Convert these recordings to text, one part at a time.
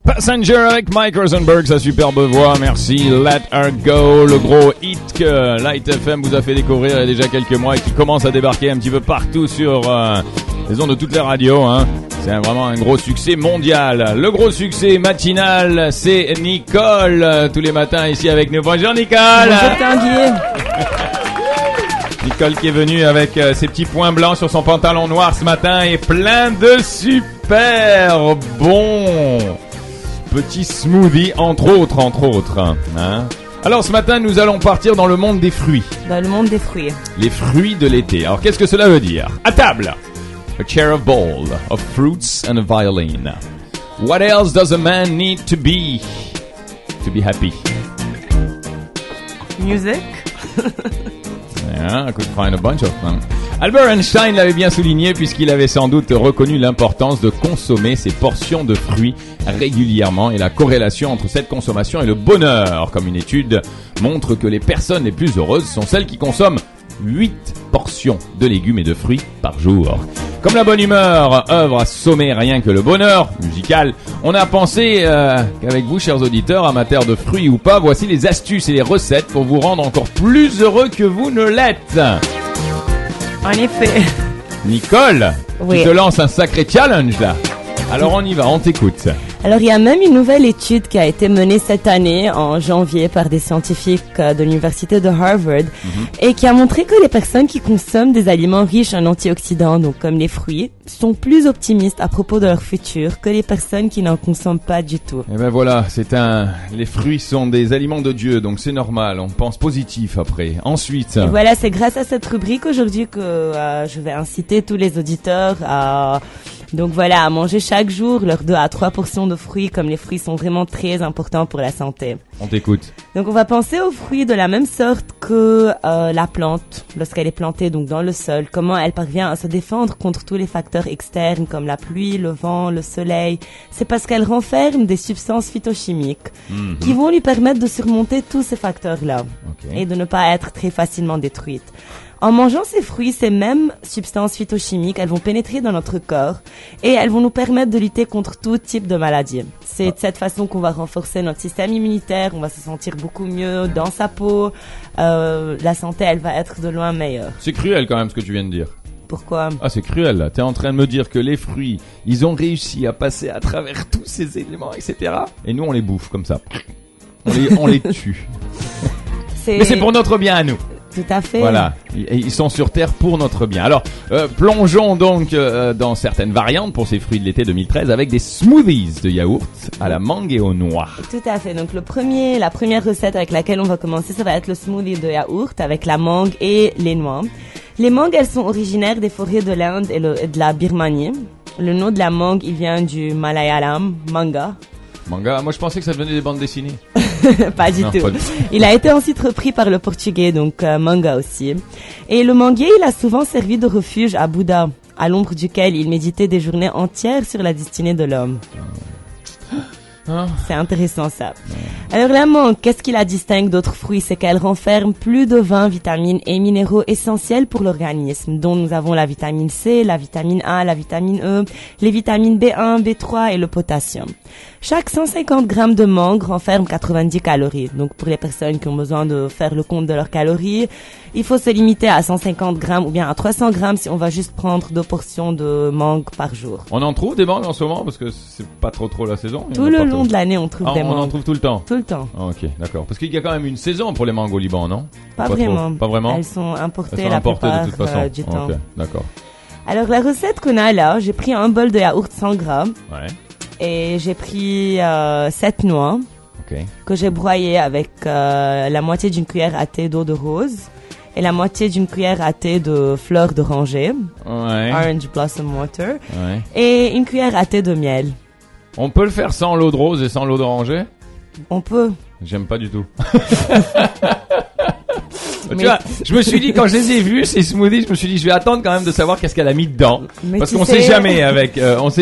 Passenger avec Mike Rosenberg, sa superbe voix, merci. Let Her Go, le gros hit que Light FM vous a fait découvrir il y a déjà quelques mois et qui commence à débarquer un petit peu partout sur les ondes de toutes les radios. Hein. C'est vraiment un gros succès mondial. Le gros succès matinal, c'est Nicole, tous les matins ici avec nous. Bonjour Nicole. Bonjour Tanguy. Nicole qui est venue avec ses petits points blancs sur son pantalon noir ce matin et plein de super bons petits smoothies, entre autres. Hein. Alors ce matin, nous allons partir dans le monde des fruits. Dans le monde des fruits. Les fruits de l'été. Alors qu'est-ce que cela veut dire? À table, a chair of bowl of fruits and a violin. What else does a man need to be happy? Music. Yeah, I could find a bunch of them. Albert Einstein l'avait bien souligné puisqu'il avait sans doute reconnu l'importance de consommer ces portions de fruits régulièrement et la corrélation entre cette consommation et le bonheur. Comme une étude montre que les personnes les plus heureuses sont celles qui consomment 8 portions de légumes et de fruits par jour. Comme la bonne humeur œuvre à sommer rien que le bonheur musical, on a pensé qu'avec vous, chers auditeurs, amateurs de fruits ou pas, voici les astuces et les recettes pour vous rendre encore plus heureux que vous ne l'êtes. En effet. Nicole, oui. Tu te lances un sacré challenge là. Alors on y va, on t'écoute. Alors il y a même une nouvelle étude qui a été menée cette année en janvier par des scientifiques de l'université de Harvard et qui a montré que les personnes qui consomment des aliments riches en antioxydants, donc comme les fruits, sont plus optimistes à propos de leur futur que les personnes qui n'en consomment pas du tout. Et ben voilà, les fruits sont des aliments de Dieu, donc c'est normal, on pense positif après. Ensuite. Et voilà, c'est grâce à cette rubrique aujourd'hui que je vais inciter tous les auditeurs à manger chaque jour leurs 2 à 3 portions de fruits, comme les fruits sont vraiment très importants pour la santé. On t'écoute. Donc on va penser aux fruits de la même sorte que la plante, lorsqu'elle est plantée donc dans le sol, comment elle parvient à se défendre contre tous les facteurs externes comme la pluie, le vent, le soleil. C'est parce qu'elle renferme des substances phytochimiques qui vont lui permettre de surmonter tous ces facteurs-là et de ne pas être très facilement détruites. En mangeant ces fruits, ces mêmes substances phytochimiques, elles vont pénétrer dans notre corps et elles vont nous permettre de lutter contre tout type de maladie. C'est de cette façon qu'on va renforcer notre système immunitaire, on va se sentir beaucoup mieux dans sa peau, la santé, elle va être de loin meilleure. C'est cruel quand même ce que tu viens de dire. Pourquoi? Ah, c'est cruel là. T'es en train de me dire que les fruits, ils ont réussi à passer à travers tous ces éléments, etc. Et nous, on les bouffe comme ça. On les tue. Mais c'est pour notre bien à nous. Tout à fait. Voilà, ils sont sur Terre pour notre bien. Alors, plongeons donc dans certaines variantes pour ces fruits de l'été 2013 avec des smoothies de yaourt à la mangue et aux noix. Tout à fait. Donc la première recette avec laquelle on va commencer, ça va être le smoothie de yaourt avec la mangue et les noix. Les mangues, elles sont originaires des forêts de l'Inde et de la Birmanie. Le nom de la mangue, il vient du malayalam, manga. Manga, moi je pensais que ça venait des bandes dessinées. Pas du tout. Il a été ensuite repris par le portugais, donc manga aussi. Et le manguier, il a souvent servi de refuge à Bouddha, à l'ombre duquel il méditait des journées entières sur la destinée de l'homme. C'est intéressant ça. Alors la mangue, qu'est-ce qui la distingue d'autres fruits? C'est qu'elle renferme plus de 20 vitamines et minéraux essentiels pour l'organisme, dont nous avons la vitamine C, la vitamine A, la vitamine E, les vitamines B1, B3 et le potassium. Chaque 150 grammes de mangue renferme 90 calories. Donc pour les personnes qui ont besoin de faire le compte de leurs calories, il faut se limiter à 150 grammes ou bien à 300 grammes si on va juste prendre 2 portions de mangue par jour. On en trouve des mangues en ce moment parce que c'est pas trop la saison. Tout le long de l'année, on trouve des mangues. On en trouve tout le temps. Tout le temps. Ah, ok, d'accord. Parce qu'il y a quand même une saison pour les mangues au Liban, non? Pas vraiment. Pas vraiment. Elles sont importées la plupart de toute façon. Du temps. Ok, d'accord. Alors la recette qu'on a là, j'ai pris un bol de yaourt 100 grammes. Ouais. Et j'ai pris 7 noix que j'ai broyées avec la moitié d'une cuillère à thé d'eau de rose et la moitié d'une cuillère à thé de fleurs d'oranger, orange blossom water, et une cuillère à thé de miel. On peut le faire sans l'eau de rose et sans l'eau d'oranger? On peut. J'aime pas du tout. Tu vois, je me suis dit, quand je les ai vus, ces smoothies, je me suis dit, je vais attendre quand même de savoir qu'est-ce qu'elle a mis dedans. Parce qu'on sait jamais avec,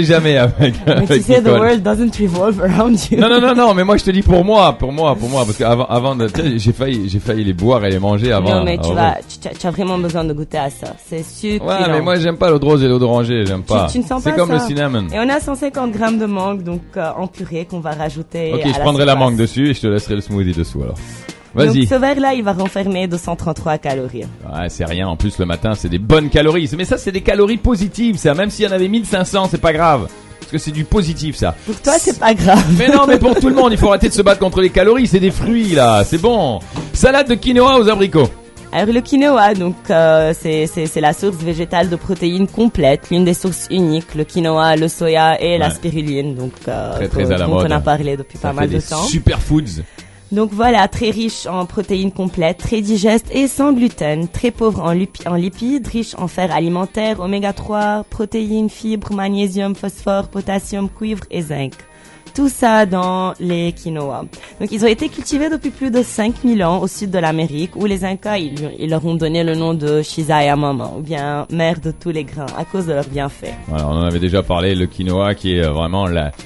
Mais tu sais, the world doesn't revolve around you. Non, mais moi, je te dis pour moi, parce qu'avant de, tu sais, j'ai failli les boire et les manger avant. Non, mais tu as vraiment besoin de goûter à ça. C'est super. Ouais, mais moi, j'aime pas l'eau de rose et l'eau d'oranger, j'aime pas. Tu ne sens pas c'est comme ça. le cinnamon. Et on a 150 grammes de mangue, donc, en purée qu'on va rajouter. Ok, je prendrai la mangue dessus et je te laisserai le smoothie dessous, alors. Vas-y. Donc ce verre-là, il va renfermer 233 calories. Ouais, c'est rien. En plus, le matin, c'est des bonnes calories. Mais ça, c'est des calories positives, ça. Même s'il y en avait 1500, c'est pas grave. Parce que c'est du positif, ça. Pour toi, c'est pas grave. Mais non, mais pour tout le monde, il faut arrêter de se battre contre les calories. C'est des fruits, là. C'est bon. Salade de quinoa aux abricots. Alors le quinoa, donc c'est la source végétale de protéines complète, l'une des sources uniques, le quinoa, le soya et la spiruline, donc très à la mode. On a parlé depuis pas mal de temps. Superfoods. Donc voilà, très riche en protéines complètes, très digeste et sans gluten, très pauvre en lipides, riche en fer alimentaire, oméga 3, protéines, fibres, magnésium, phosphore, potassium, cuivre et zinc. Tout ça dans les quinoa. Donc ils ont été cultivés depuis plus de 5000 ans au sud de l'Amérique, où les Incas, ils leur ont donné le nom de Chisaya Mama, ou bien mère de tous les grains, à cause de leurs bienfaits. Voilà, on en avait déjà parlé, le quinoa qui est vraiment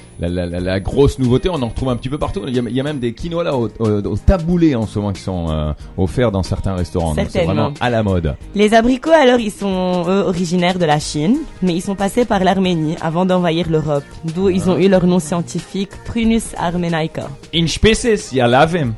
la grosse nouveauté. On en retrouve un petit peu partout. Il y a même des quinoa là au taboulé en ce moment qui sont offerts dans certains restaurants. Donc c'est vraiment à la mode. Les abricots, alors, ils sont eux originaires de la Chine, mais ils sont passés par l'Arménie avant d'envahir l'Europe, d'où ils ont eu leur nom scientifique Prunus armenaica. In species, ya lavem.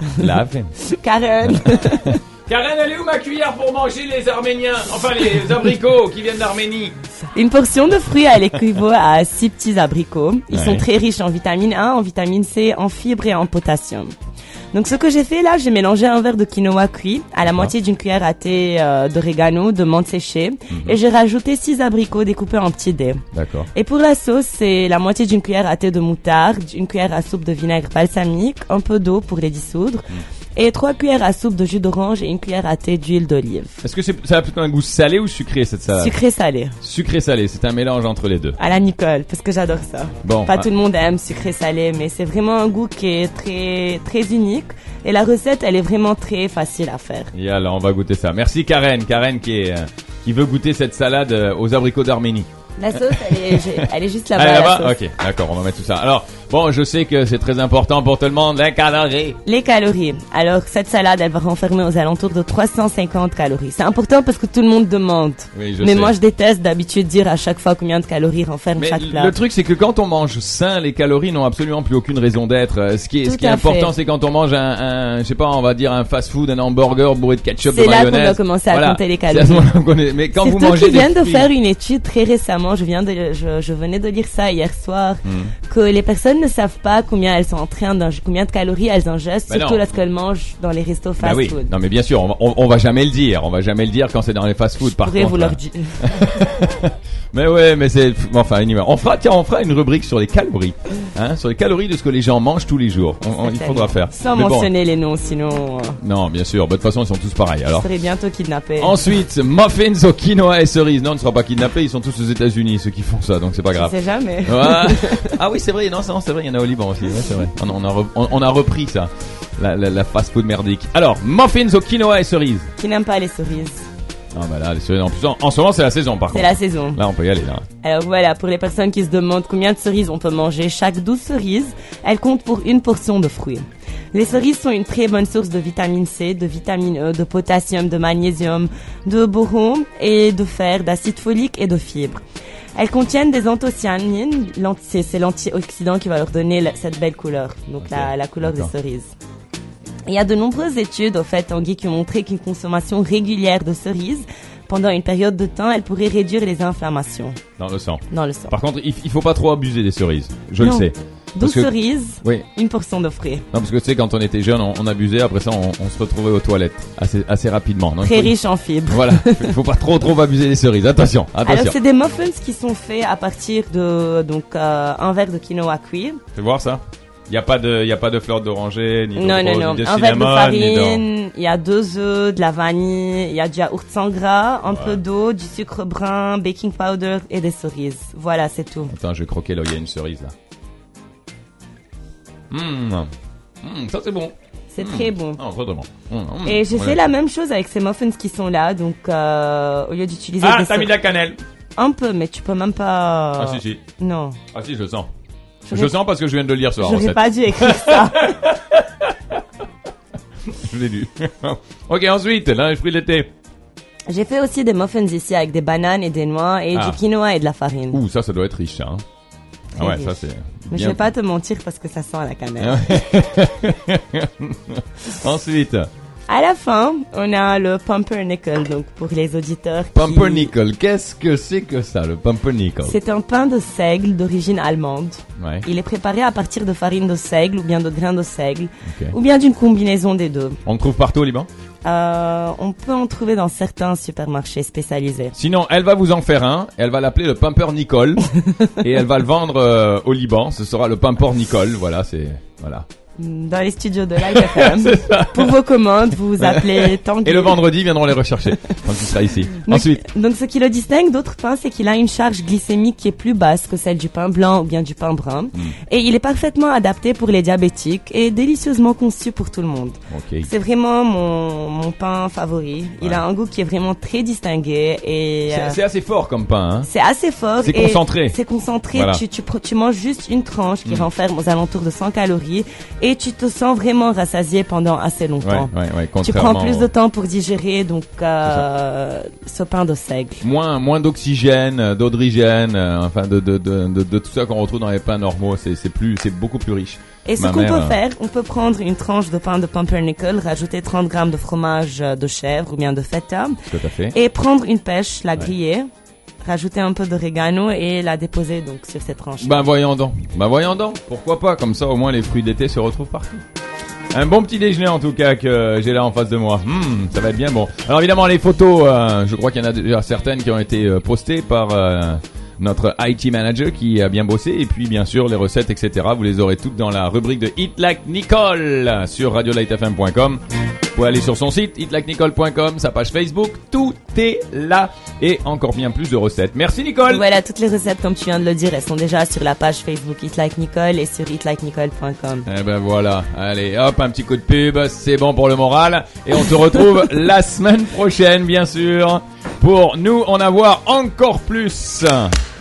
Karen. Karen, elle est où ma cuillère pour manger les Arméniens? Enfin, les abricots qui viennent d'Arménie. Une portion de fruits, elle équivaut à 6 petits abricots. Ils sont très riches en vitamine A, en vitamine C, en fibres et en potassium. Donc ce que j'ai fait là, j'ai mélangé un verre de quinoa cuit à la moitié d'une cuillère à thé d'orégano, de menthe séchée, et j'ai rajouté 6 abricots découpés en petits dés. D'accord. Et pour la sauce, c'est la moitié d'une cuillère à thé de moutarde, une cuillère à soupe de vinaigre balsamique, un peu d'eau pour les dissoudre, et 3 cuillères à soupe de jus d'orange et une cuillère à thé d'huile d'olive. Est-ce que ça a plutôt un goût salé ou sucré cette salade? Sucré-salé. Sucré-salé, c'est un mélange entre les deux. À la Nicole, parce que j'adore ça. Bon, pas tout le monde aime sucré-salé, mais c'est vraiment un goût qui est très très unique. Et la recette, elle est vraiment très facile à faire. Et alors, on va goûter ça. Merci Karen qui veut goûter cette salade aux abricots d'Arménie. La sauce, elle est juste là-bas. Là-bas? Ok, d'accord, on va mettre tout ça. Alors, bon, je sais que c'est très important pour tout le monde, les calories. Les calories. Alors, cette salade, elle va renfermer aux alentours de 350 calories. C'est important parce que tout le monde demande. Oui, je mais sais. moi, je déteste d'habitude dire à chaque fois combien de calories renferme mais chaque plat. Le truc, c'est que quand on mange sain, les calories n'ont absolument plus aucune raison d'être. Ce qui est important, c'est quand on mange je sais pas, on va dire un fast-food, un hamburger bourré de ketchup, de mayonnaise. C'est là qu'on doit commencer à compter les calories. C'est à ce moment-là qu'on connaît. Mais quand vous mangez qui viennent de faire une étude très récemment. Je venais de lire ça hier soir, que les personnes ne savent pas combien elles sont en train combien de calories elles ingestent, surtout lorsqu'elles mangent dans les restos fast food. Oui. Non mais bien sûr, on va jamais le dire. On va jamais le dire quand c'est dans les fast food. Par contre, vous leur dire. Mais ouais, mais c'est enfin anyway. On fera une rubrique sur les calories, sur les calories de ce que les gens mangent tous les jours. Il faudra faire. Sans mentionner les noms, sinon. Non, bien sûr. De toute façon, ils sont tous pareils. Alors. Je serai bientôt kidnappé. Ensuite, muffins au quinoa et cerises. Non, on ne sera pas kidnappé. Ils sont tous aux États-Unis, ceux qui font ça, donc c'est pas grave. Je sais jamais. Ouais. Ah oui, c'est vrai. Non, c'est vrai. Il y en a au Liban aussi. Ouais, c'est vrai. On a repris ça. La fast-food merdique. Alors, muffins au quinoa et cerises. Qui n'aime pas les cerises? Ah bah là, les cerises, en plus, en ce moment, c'est la saison, par contre. C'est la saison. Là, on peut y aller, là. Alors voilà, pour les personnes qui se demandent combien de cerises on peut manger, chaque 12 cerises, elles comptent pour une portion de fruits. Les cerises sont une très bonne source de vitamine C, de vitamine E, de potassium, de magnésium, de boron et de fer, d'acide folique et de fibres. Elles contiennent des anthocyanines, c'est l'antioxydant qui va leur donner cette belle couleur, donc la couleur des cerises. Il y a de nombreuses études, au fait, Tanguy, qui ont montré qu'une consommation régulière de cerises, pendant une période de temps, elle pourrait réduire les inflammations. Dans le sang. Par contre, il faut pas trop abuser des cerises. Je le sais. 12 cerises, une portion de fruits. Non, parce que tu sais, quand on était jeune, on abusait, après ça, on se retrouvait aux toilettes assez rapidement. Donc, très riche en fibres. Voilà. Il faut pas trop abuser des cerises. Attention. Alors, c'est des muffins qui sont faits à partir de, un verre de quinoa cuit. Fais voir ça. Il y a pas de fleurs d'oranger, ni non. de un verre de farine, il y a 2 œufs, de la vanille, il y a du yaourt sans gras, un peu d'eau, du sucre brun, baking powder et des cerises. Voilà, c'est tout. Attends, je vais croquer là où il y a une cerise là. Ça c'est bon. C'est très bon. Ah, très bon. Et j'ai fait la même chose avec ces muffins qui sont là. Donc, au lieu d'utiliser t'as mis de la cannelle. Un peu, mais tu peux même pas... Ah, si. Non. Ah, si, je sens. Je sens parce que je viens de le lire sur la recette. J'aurais pas dû écrire ça. Je l'ai lu. Ok, ensuite, là, les fruits d'été. J'ai fait aussi des muffins ici avec des bananes et des noix et du quinoa et de la farine. Ouh, ça doit être riche, ça. Hein. Ah ouais, riche. Ça c'est... Mais je vais pas te mentir parce que ça sent la cannelle. Ensuite... À la fin, on a le pumpernickel, donc pour les auditeurs. Pumpernickel, qu'est-ce que c'est que ça, le pumpernickel? C'est un pain de seigle d'origine allemande. Ouais. Il est préparé à partir de farine de seigle ou bien de grains de seigle, ou bien d'une combinaison des deux. On le trouve partout au Liban? On peut en trouver dans certains supermarchés spécialisés. Sinon, elle va vous en faire un, elle va l'appeler le pumpernickel, et elle va le vendre au Liban, ce sera le pumpernickel, voilà. Dans les studios de Light FM. Pour vos commandes, vous appelez Tanguy. Et le vendredi, viendront les rechercher quand il sera ici. Ensuite. Donc, ce qui le distingue d'autres pains, c'est qu'il a une charge glycémique qui est plus basse que celle du pain blanc ou bien du pain brun. Et il est parfaitement adapté pour les diabétiques et délicieusement conçu pour tout le monde. Okay. C'est vraiment mon pain favori. Il a un goût qui est vraiment très distingué et c'est assez fort comme pain, hein. C'est assez fort. C'est concentré. C'est concentré. Voilà. Tu manges juste une tranche qui renferme aux alentours de 100 calories. Et tu te sens vraiment rassasié pendant assez longtemps. Ouais, tu prends plus de temps pour digérer donc ce pain de seigle. Moins d'oxygène, d'odrigène, enfin de tout ça qu'on retrouve dans les pains normaux. C'est beaucoup plus riche. Et ce qu'on peut faire, on peut prendre une tranche de pain de pumpernickel, rajouter 30 grammes de fromage de chèvre ou bien de feta. Tout à fait. Et prendre une pêche, la griller. Rajouter un peu d'orégano et la déposer donc sur cette tranche. Voyons donc. Pourquoi pas? Comme ça, au moins, les fruits d'été se retrouvent partout. Un bon petit déjeuner, en tout cas, que j'ai là en face de moi. Ça va être bien bon. Alors, évidemment, les photos, je crois qu'il y en a déjà certaines qui ont été postées par notre IT manager qui a bien bossé. Et puis, bien sûr, les recettes, etc. Vous les aurez toutes dans la rubrique de Eat Like Nicole sur radiolightfm.com. Vous pouvez aller sur son site, eatlikenicole.com, sa page Facebook, tout est là et encore bien plus de recettes. Merci Nicole. Voilà, toutes les recettes, comme tu viens de le dire, elles sont déjà sur la page Facebook Eat Like Nicole et sur eatlikecnicole.com. Eh ben voilà, allez hop, un petit coup de pub, c'est bon pour le moral et on se retrouve la semaine prochaine bien sûr pour nous en avoir encore plus.